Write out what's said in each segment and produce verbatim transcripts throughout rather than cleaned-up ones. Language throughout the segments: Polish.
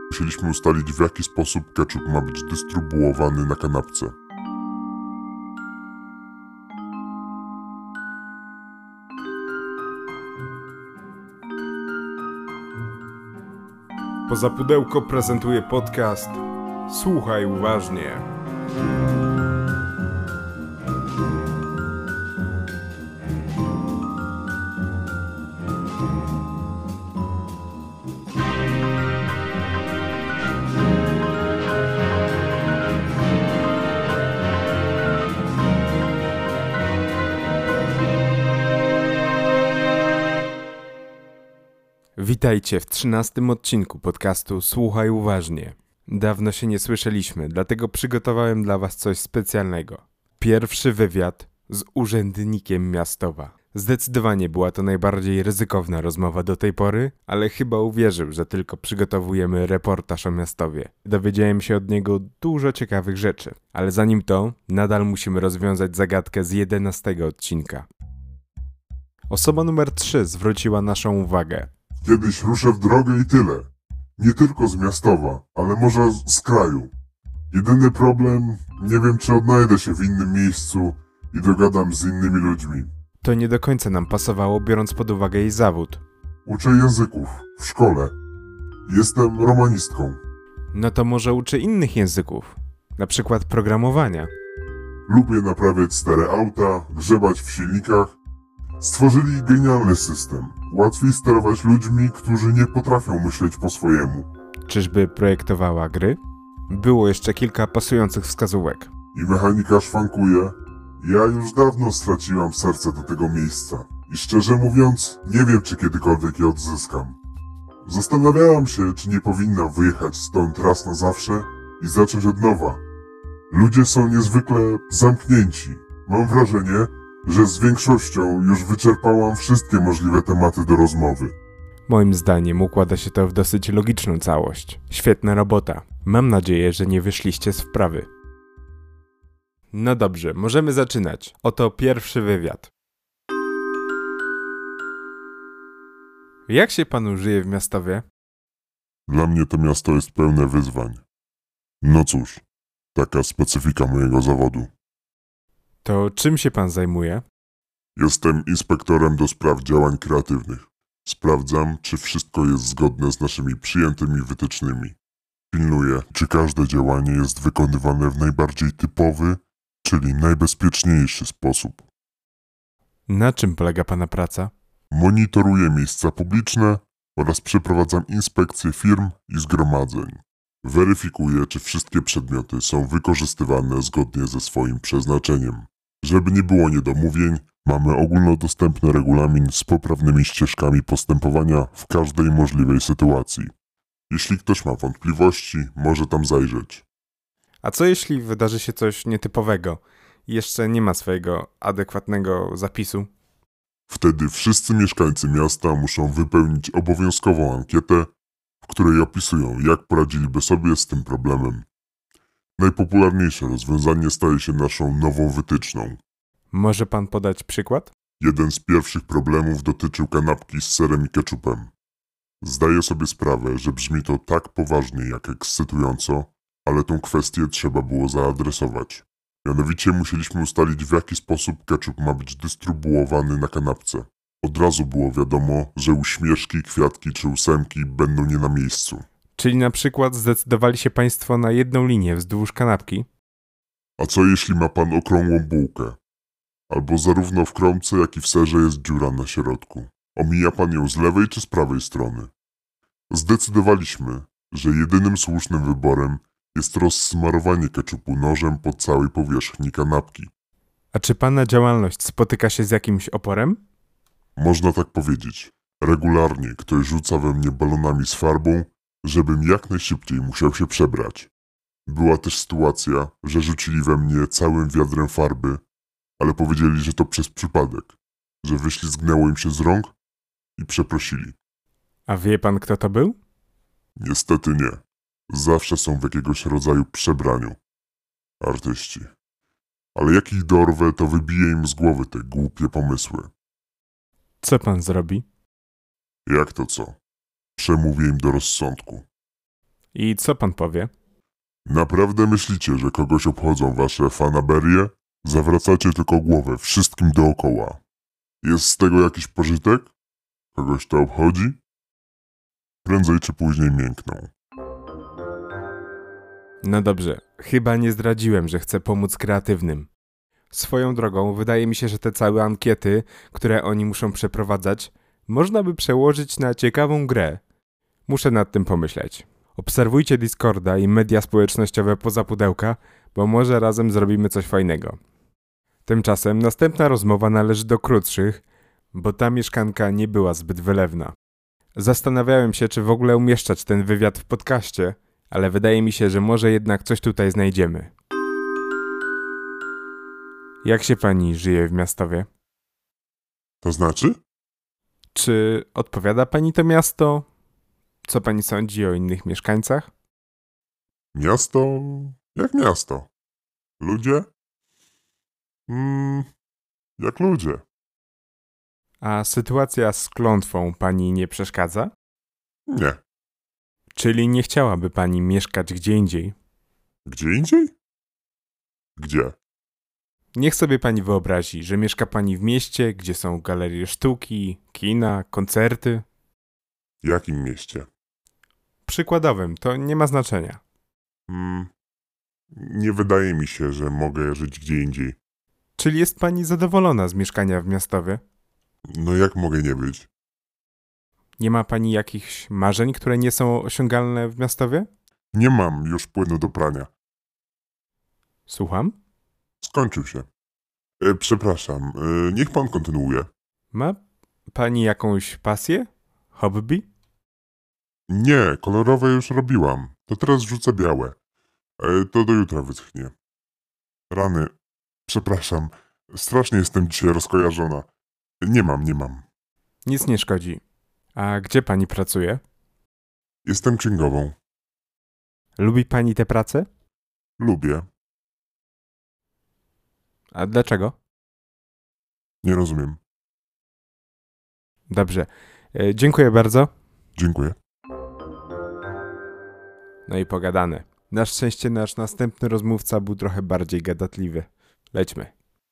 Musieliśmy ustalić, w jaki sposób ketchup ma być dystrybuowany na kanapce. Poza Pudełko prezentuje podcast Słuchaj uważnie. Witajcie w trzynastym odcinku podcastu Słuchaj uważnie. Dawno się nie słyszeliśmy, dlatego przygotowałem dla was coś specjalnego. Pierwszy wywiad z urzędnikiem Miastowa. Zdecydowanie była to najbardziej ryzykowna rozmowa do tej pory, ale chyba uwierzył, że tylko przygotowujemy reportaż o Miastowie. Dowiedziałem się od niego dużo ciekawych rzeczy, ale zanim to, nadal musimy rozwiązać zagadkę z jedenastego odcinka. Osoba numer trzy zwróciła naszą uwagę. Kiedyś ruszę w drogę i tyle. Nie tylko z Miastowa, ale może z kraju. Jedyny problem, nie wiem, czy odnajdę się w innym miejscu i dogadam z innymi ludźmi. To nie do końca nam pasowało, biorąc pod uwagę jej zawód. Uczę języków w szkole. Jestem romanistką. No to może uczy innych języków, na przykład programowania. Lubię naprawiać stare auta, grzebać w silnikach. Stworzyli genialny system. Łatwiej sterować ludźmi, którzy nie potrafią myśleć po swojemu. Czyżby projektowała gry? Było jeszcze kilka pasujących wskazówek. I mechanika szwankuje. Ja już dawno straciłam serce do tego miejsca. I szczerze mówiąc, nie wiem, czy kiedykolwiek je odzyskam. Zastanawiałam się, czy nie powinnam wyjechać stąd raz na zawsze i zacząć od nowa. Ludzie są niezwykle zamknięci. Mam wrażenie, że z większością już wyczerpałam wszystkie możliwe tematy do rozmowy. Moim zdaniem układa się to w dosyć logiczną całość. Świetna robota. Mam nadzieję, że nie wyszliście z wprawy. No dobrze, możemy zaczynać. Oto pierwszy wywiad. Jak się panu żyje w Miastowie? Dla mnie to miasto jest pełne wyzwań. No cóż, taka specyfika mojego zawodu. To czym się pan zajmuje? Jestem inspektorem do spraw działań kreatywnych. Sprawdzam, czy wszystko jest zgodne z naszymi przyjętymi wytycznymi. Pilnuję, czy każde działanie jest wykonywane w najbardziej typowy, czyli najbezpieczniejszy sposób. Na czym polega pana praca? Monitoruję miejsca publiczne oraz przeprowadzam inspekcje firm i zgromadzeń. Weryfikuję, czy wszystkie przedmioty są wykorzystywane zgodnie ze swoim przeznaczeniem. Żeby nie było niedomówień, mamy ogólnodostępny regulamin z poprawnymi ścieżkami postępowania w każdej możliwej sytuacji. Jeśli ktoś ma wątpliwości, może tam zajrzeć. A co jeśli wydarzy się coś nietypowego i jeszcze nie ma swojego adekwatnego zapisu? Wtedy wszyscy mieszkańcy miasta muszą wypełnić obowiązkową ankietę, w której opisują, jak poradziliby sobie z tym problemem. Najpopularniejsze rozwiązanie staje się naszą nową wytyczną. Może pan podać przykład? Jeden z pierwszych problemów dotyczył kanapki z serem i ketchupem. Zdaję sobie sprawę, że brzmi to tak poważnie jak ekscytująco, ale tą kwestię trzeba było zaadresować. Mianowicie musieliśmy ustalić, w jaki sposób ketchup ma być dystrybuowany na kanapce. Od razu było wiadomo, że uśmieszki, kwiatki czy ósemki będą nie na miejscu. Czyli na przykład zdecydowali się państwo na jedną linię wzdłuż kanapki? A co jeśli ma pan okrągłą bułkę? Albo zarówno w kromce, jak i w serze jest dziura na środku. Omija pan ją z lewej czy z prawej strony? Zdecydowaliśmy, że jedynym słusznym wyborem jest rozsmarowanie ketchupu nożem po całej powierzchni kanapki. A czy pana działalność spotyka się z jakimś oporem? Można tak powiedzieć. Regularnie ktoś rzuca we mnie balonami z farbą, żebym jak najszybciej musiał się przebrać. Była też sytuacja, że rzucili we mnie całym wiadrem farby, ale powiedzieli, że to przez przypadek, że wyślizgnęło im się z rąk i przeprosili. A wie pan, kto to był? Niestety nie. Zawsze są w jakiegoś rodzaju przebraniu. Artyści. Ale jak ich dorwę, to wybiję im z głowy te głupie pomysły. Co pan zrobi? Jak to co? Przemówię im do rozsądku. I co pan powie? Naprawdę myślicie, że kogoś obchodzą wasze fanaberie? Zawracacie tylko głowę wszystkim dookoła. Jest z tego jakiś pożytek? Kogoś to obchodzi? Prędzej czy później miękną. No dobrze, chyba nie zdradziłem, że chcę pomóc kreatywnym. Swoją drogą, wydaje mi się, że te całe ankiety, które oni muszą przeprowadzać, można by przełożyć na ciekawą grę. Muszę nad tym pomyśleć. Obserwujcie Discorda i media społecznościowe poza pudełka, bo może razem zrobimy coś fajnego. Tymczasem następna rozmowa należy do krótszych, bo ta mieszkanka nie była zbyt wylewna. Zastanawiałem się, czy w ogóle umieszczać ten wywiad w podcaście, ale wydaje mi się, że może jednak coś tutaj znajdziemy. Jak się pani żyje w Miastowie? To znaczy? Czy odpowiada pani to miasto? Co pani sądzi o innych mieszkańcach? Miasto jak miasto. Ludzie? Mm, jak ludzie. A sytuacja z klątwą pani nie przeszkadza? Nie. Czyli nie chciałaby pani mieszkać gdzie indziej? Gdzie indziej? Gdzie? Niech sobie pani wyobrazi, że mieszka pani w mieście, gdzie są galerie sztuki, kina, koncerty. W jakim mieście? Przykładowym, to nie ma znaczenia. Mm, nie wydaje mi się, że mogę żyć gdzie indziej. Czyli jest pani zadowolona z mieszkania w Miastowie? No jak mogę nie być? Nie ma pani jakichś marzeń, które nie są osiągalne w Miastowie? Nie mam już płynu do prania. Słucham? Skończył się. E, przepraszam, e, niech pan kontynuuje. Ma pani jakąś pasję? Hobby? Nie, kolorowe już robiłam. To teraz rzucę białe. E, to do jutra wyschnie. Rany. Przepraszam. Strasznie jestem dzisiaj rozkojarzona. Nie mam, nie mam. Nic nie szkodzi. A gdzie pani pracuje? Jestem księgową. Lubi pani tę pracę? Lubię. A dlaczego? Nie rozumiem. Dobrze. E, dziękuję bardzo. Dziękuję. No i pogadane. Na szczęście nasz następny rozmówca był trochę bardziej gadatliwy. Lećmy.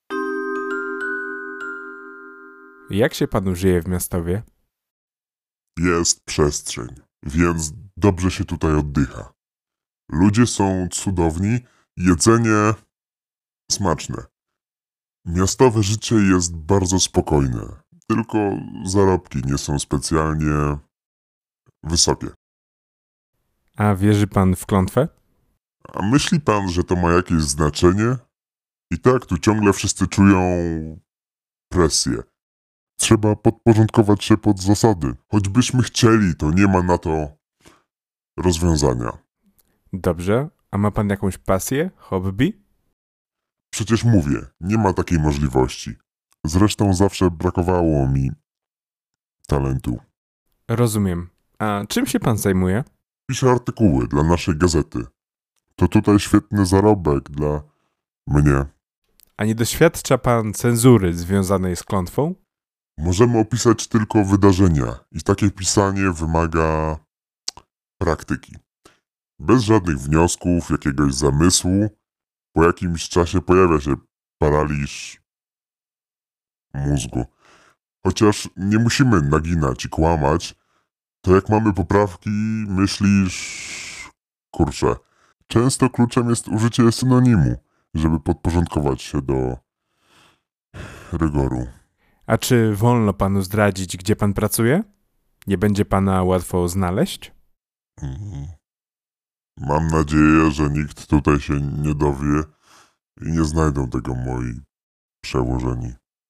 Jak się panu żyje w Miastowie? Jest przestrzeń, więc dobrze się tutaj oddycha. Ludzie są cudowni, jedzenie smaczne. Miastowe życie jest bardzo spokojne, tylko zarobki nie są specjalnie wysokie. A wierzy pan w klątwę? A myśli pan, że to ma jakieś znaczenie? I tak tu ciągle wszyscy czują presję. Trzeba podporządkować się pod zasady. Choćbyśmy chcieli, to nie ma na to rozwiązania. Dobrze. A ma pan jakąś pasję? Hobby? Przecież mówię, nie ma takiej możliwości. Zresztą zawsze brakowało mi talentu. Rozumiem. A czym się pan zajmuje? Piszę artykuły dla naszej gazety. To tutaj świetny zarobek dla mnie. A nie doświadcza pan cenzury związanej z klątwą? Możemy opisać tylko wydarzenia i takie pisanie wymaga praktyki. Bez żadnych wniosków, jakiegoś zamysłu, po jakimś czasie pojawia się paraliż mózgu. Chociaż nie musimy naginać i kłamać, to jak mamy poprawki, myślisz... Kurczę, często kluczem jest użycie synonimu, żeby podporządkować się do rygoru. A czy wolno panu zdradzić, gdzie pan pracuje? Nie będzie pana łatwo znaleźć? Mhm. Mam nadzieję, że nikt tutaj się nie dowie i nie znajdą tego moi przełożeni.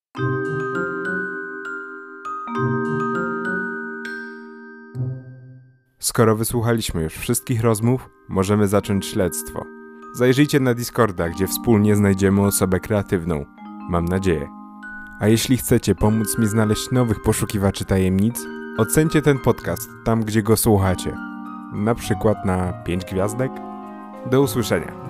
Skoro wysłuchaliśmy już wszystkich rozmów, możemy zacząć śledztwo. Zajrzyjcie na Discorda, gdzie wspólnie znajdziemy osobę kreatywną. Mam nadzieję. A jeśli chcecie pomóc mi znaleźć nowych poszukiwaczy tajemnic, ocencie ten podcast tam, gdzie go słuchacie. Na przykład na pięć gwiazdek. Do usłyszenia.